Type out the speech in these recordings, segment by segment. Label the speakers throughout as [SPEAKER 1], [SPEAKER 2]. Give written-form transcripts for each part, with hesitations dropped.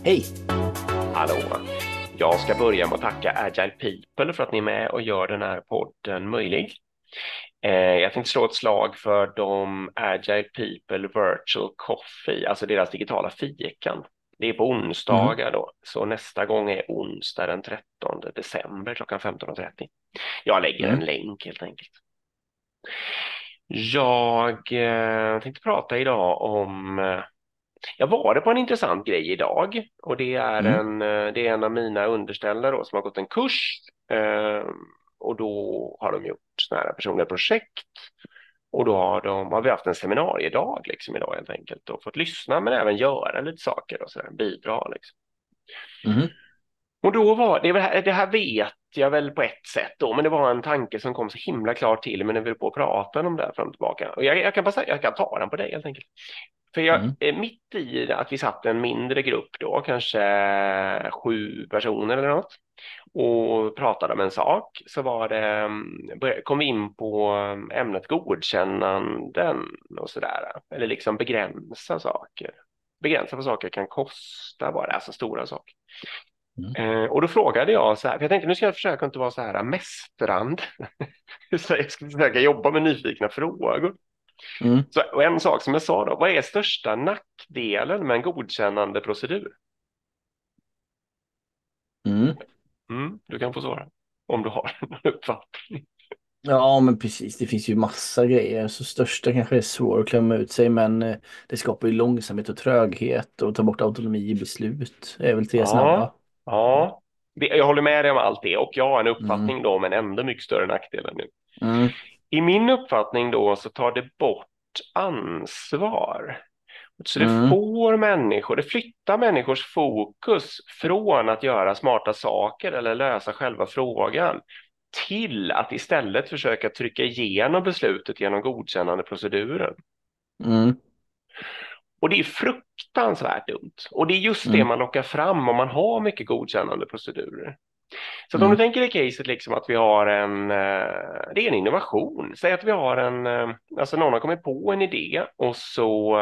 [SPEAKER 1] Hej!
[SPEAKER 2] Hallå! Jag ska börja med att tacka Agile People för att ni är med och gör den här podden möjlig. Jag tänkte slå ett slag för de Agile People Virtual Coffee, alltså deras digitala fikan. Det är på
[SPEAKER 1] Mm.
[SPEAKER 2] onsdagar då, så nästa gång är onsdag den 13 december klockan 15.30. Jag lägger
[SPEAKER 1] Mm.
[SPEAKER 2] en länk helt enkelt. Jag tänkte prata idag om jag var det på en intressant grej idag och
[SPEAKER 1] Mm.
[SPEAKER 2] det är en av mina underställare då, som har gått en kurs eh, och då har de gjort såna här personliga projekt och då har vi haft en seminariedag liksom idag helt enkelt och fått lyssna men även göra lite saker och så där, bidra liksom.
[SPEAKER 1] Mm.
[SPEAKER 2] Och då var det här vet jag väl på ett sätt då, men det var en tanke som kom så himla klart till mig när vi var på och pratade om det här fram och tillbaka. Och jag kan bara säga, jag kan ta den på dig helt enkelt. För jag
[SPEAKER 1] Mm.
[SPEAKER 2] är mitt i att vi satt en mindre grupp då, kanske 7 personer eller något, och pratade om en sak, så kom vi in på ämnet godkännanden och sådär, eller liksom begränsa saker. Begränsa vad saker kan kosta bara, alltså stora saker.
[SPEAKER 1] Mm.
[SPEAKER 2] Och då frågade jag så här, för jag tänkte nu ska jag försöka inte vara så här mästrande. Så jag ska försöka jobba med nyfikna frågor.
[SPEAKER 1] Mm.
[SPEAKER 2] Så, och en sak som jag sa då, vad är största nackdelen med en godkännande procedur?
[SPEAKER 1] Mm.
[SPEAKER 2] Du kan få svara om du har en uppfattning.
[SPEAKER 1] Ja, men precis. Det finns ju massa grejer. Så största kanske är svår att klämma ut sig, men det skapar ju långsamhet och tröghet och tar bort autonomi i beslut. Det är väl tre snabba.
[SPEAKER 2] Ja, ja. Jag håller med dig om allt det och jag har en
[SPEAKER 1] Mm.
[SPEAKER 2] uppfattning då om en ännu mycket större nackdel än nu.
[SPEAKER 1] Mm.
[SPEAKER 2] I min uppfattning då så tar det bort ansvar. Så
[SPEAKER 1] Mm.
[SPEAKER 2] det flyttar människors fokus från att göra smarta saker eller lösa själva frågan till att istället försöka trycka igenom beslutet genom godkännande proceduren.
[SPEAKER 1] Mm.
[SPEAKER 2] Och det är fruktansvärt dumt. Och det är just det
[SPEAKER 1] Mm.
[SPEAKER 2] man lockar fram om man har mycket godkännande procedurer. Så att om du
[SPEAKER 1] Mm.
[SPEAKER 2] tänker dig caset liksom att vi har det är en innovation. Säg att vi har alltså någon har kommit på en idé och så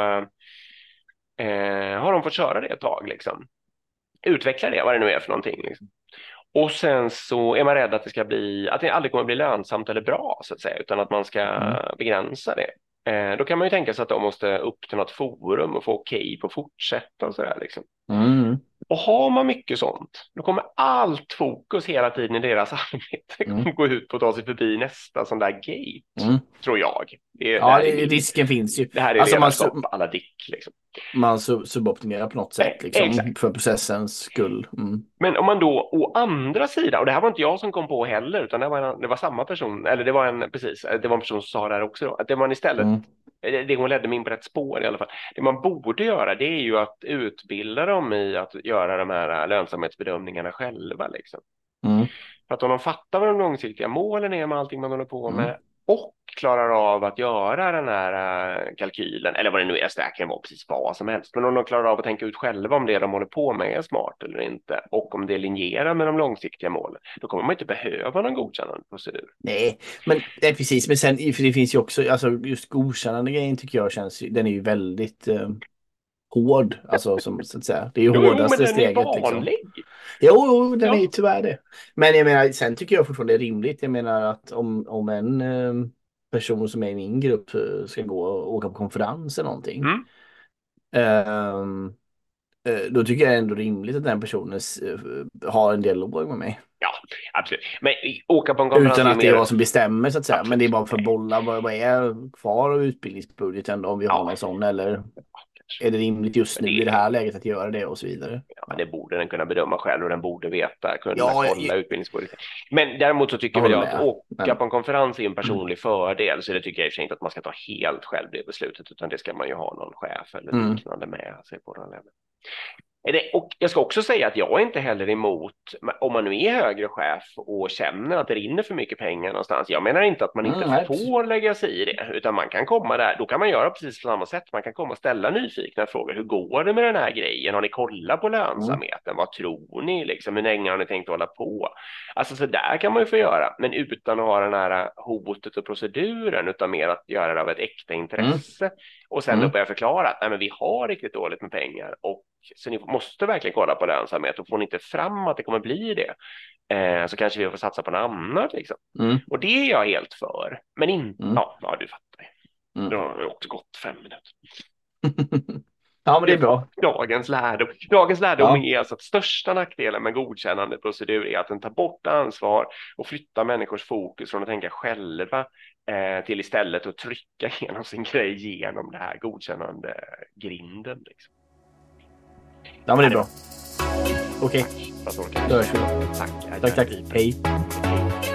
[SPEAKER 2] har de fått köra det ett tag liksom. Utveckla det, vad det nu är för någonting. Liksom. Och sen så är man rädd att att det aldrig kommer att bli lönsamt eller bra så att säga, utan att man ska
[SPEAKER 1] Mm.
[SPEAKER 2] begränsa det. Då kan man ju tänka sig att de måste upp till något forum och få okej på att fortsätta och sådär liksom.
[SPEAKER 1] Mm.
[SPEAKER 2] Och har man mycket sånt, då kommer allt fokus hela tiden i deras arbete
[SPEAKER 1] Mm.
[SPEAKER 2] kommer gå ut på att ta sig förbi nästa sån där gate,
[SPEAKER 1] Mm.
[SPEAKER 2] tror jag. Det
[SPEAKER 1] Ja,
[SPEAKER 2] här är
[SPEAKER 1] risken finns ju.
[SPEAKER 2] det här är
[SPEAKER 1] Alltså
[SPEAKER 2] ledarskap alla dick liksom.
[SPEAKER 1] suboptimerar på något sätt liksom
[SPEAKER 2] Exakt.
[SPEAKER 1] för processens skull. Mm.
[SPEAKER 2] Men om man då å andra sidan, och det här var inte jag som kom på heller, utan det var samma person, eller det var en person som sa det här också då, att det man istället,
[SPEAKER 1] Mm.
[SPEAKER 2] det hon ledde mig in på rätt spår i alla fall, det man borde göra det är ju att utbilda dem i att göra de här lönsamhetsbedömningarna själva liksom.
[SPEAKER 1] Mm.
[SPEAKER 2] För att om de fattar vad de långsiktiga målen är med allting man håller på
[SPEAKER 1] Mm.
[SPEAKER 2] med och klarar av att göra den här kalkylen, eller vad det nu är, så det här kan vara precis vad som helst, men om de klarar av att tänka ut själva om det de håller på med är smart eller inte och om det linjerar med de långsiktiga målen, då kommer man inte behöva någon godkännande procedur.
[SPEAKER 1] Nej, men nej, precis. Men sen, för det finns ju också, alltså just godkännande grejen tycker jag den är ju väldigt hård, alltså som så att säga. Det är ju
[SPEAKER 2] Jo, men
[SPEAKER 1] hårdaste
[SPEAKER 2] den är
[SPEAKER 1] steget liksom.
[SPEAKER 2] vanlig.
[SPEAKER 1] Jo, den är ju
[SPEAKER 2] Ja.
[SPEAKER 1] tyvärr det. Men jag menar, sen tycker jag fortfarande det är rimligt. Jag menar att om en person som är i min grupp ska gå och åka på konferens eller någonting.
[SPEAKER 2] Mm.
[SPEAKER 1] ehm, Då tycker jag ändå rimligt att den personen har en dialog med mig.
[SPEAKER 2] Ja, absolut. Men åka på en konferens
[SPEAKER 1] Utan
[SPEAKER 2] är ju
[SPEAKER 1] att det är
[SPEAKER 2] mer...
[SPEAKER 1] jag som bestämmer så att säga. Men det är
[SPEAKER 2] Absolut.
[SPEAKER 1] bara för att bolla vad är kvar av utbildningsbudgeten då, om vi har
[SPEAKER 2] Ja,
[SPEAKER 1] någon sån. Eller
[SPEAKER 2] kanske.
[SPEAKER 1] är det rimligt just
[SPEAKER 2] Men
[SPEAKER 1] nu i det här läget att göra det och så vidare.
[SPEAKER 2] ja, det borde den kunna bedöma själv och den borde kunna
[SPEAKER 1] Ja,
[SPEAKER 2] kolla utbildningsbudgeten. Men däremot så tycker
[SPEAKER 1] jag
[SPEAKER 2] väl
[SPEAKER 1] håller
[SPEAKER 2] jag att
[SPEAKER 1] med.
[SPEAKER 2] åka
[SPEAKER 1] Men,
[SPEAKER 2] på en konferens är en personlig fördel, så det tycker jag i och för sig inte att man ska ta helt själv det beslutet, utan det ska man ju ha någon chef eller
[SPEAKER 1] mm,
[SPEAKER 2] liknande med sig på den leveln. Och jag ska också säga att jag är inte heller emot, om man nu är högre chef och känner att det rinner för mycket pengar någonstans. Jag menar inte att man inte
[SPEAKER 1] nej, precis.
[SPEAKER 2] får lägga sig i det, utan man kan komma där. Då kan man göra precis på samma sätt. Man kan komma och ställa nyfikna frågor. Hur går det med den här grejen? Har ni kollat på
[SPEAKER 1] Mm,
[SPEAKER 2] lönsamheten? Vad tror ni? Liksom, hur länge har ni tänkt hålla på? Alltså så där kan man ju få göra, men utan att ha den här hotet och proceduren, utan mer att göra det av ett äkta
[SPEAKER 1] mm,
[SPEAKER 2] intresse. Och sen då
[SPEAKER 1] mm,
[SPEAKER 2] börja förklara att nej, men vi har riktigt dåligt med pengar och så ni måste verkligen kolla på lönsamhet, och får ni inte fram att det kommer bli det, så kanske vi får satsa på något annat liksom. Och det är jag helt för, men inte, ja du fattar. Det har också gått 5 minuter.
[SPEAKER 1] Ja, men det är bra.
[SPEAKER 2] Dagens lärdom är alltså att största nackdelen med godkännande procedur är att den tar bort ansvar och flyttar människors fokus från att tänka själva till istället att trycka igenom sin grej genom det här godkännande grinden. Liksom.
[SPEAKER 1] Ja, men det är bra. Okej.
[SPEAKER 2] Då hörs vi.
[SPEAKER 1] Tack. Hej.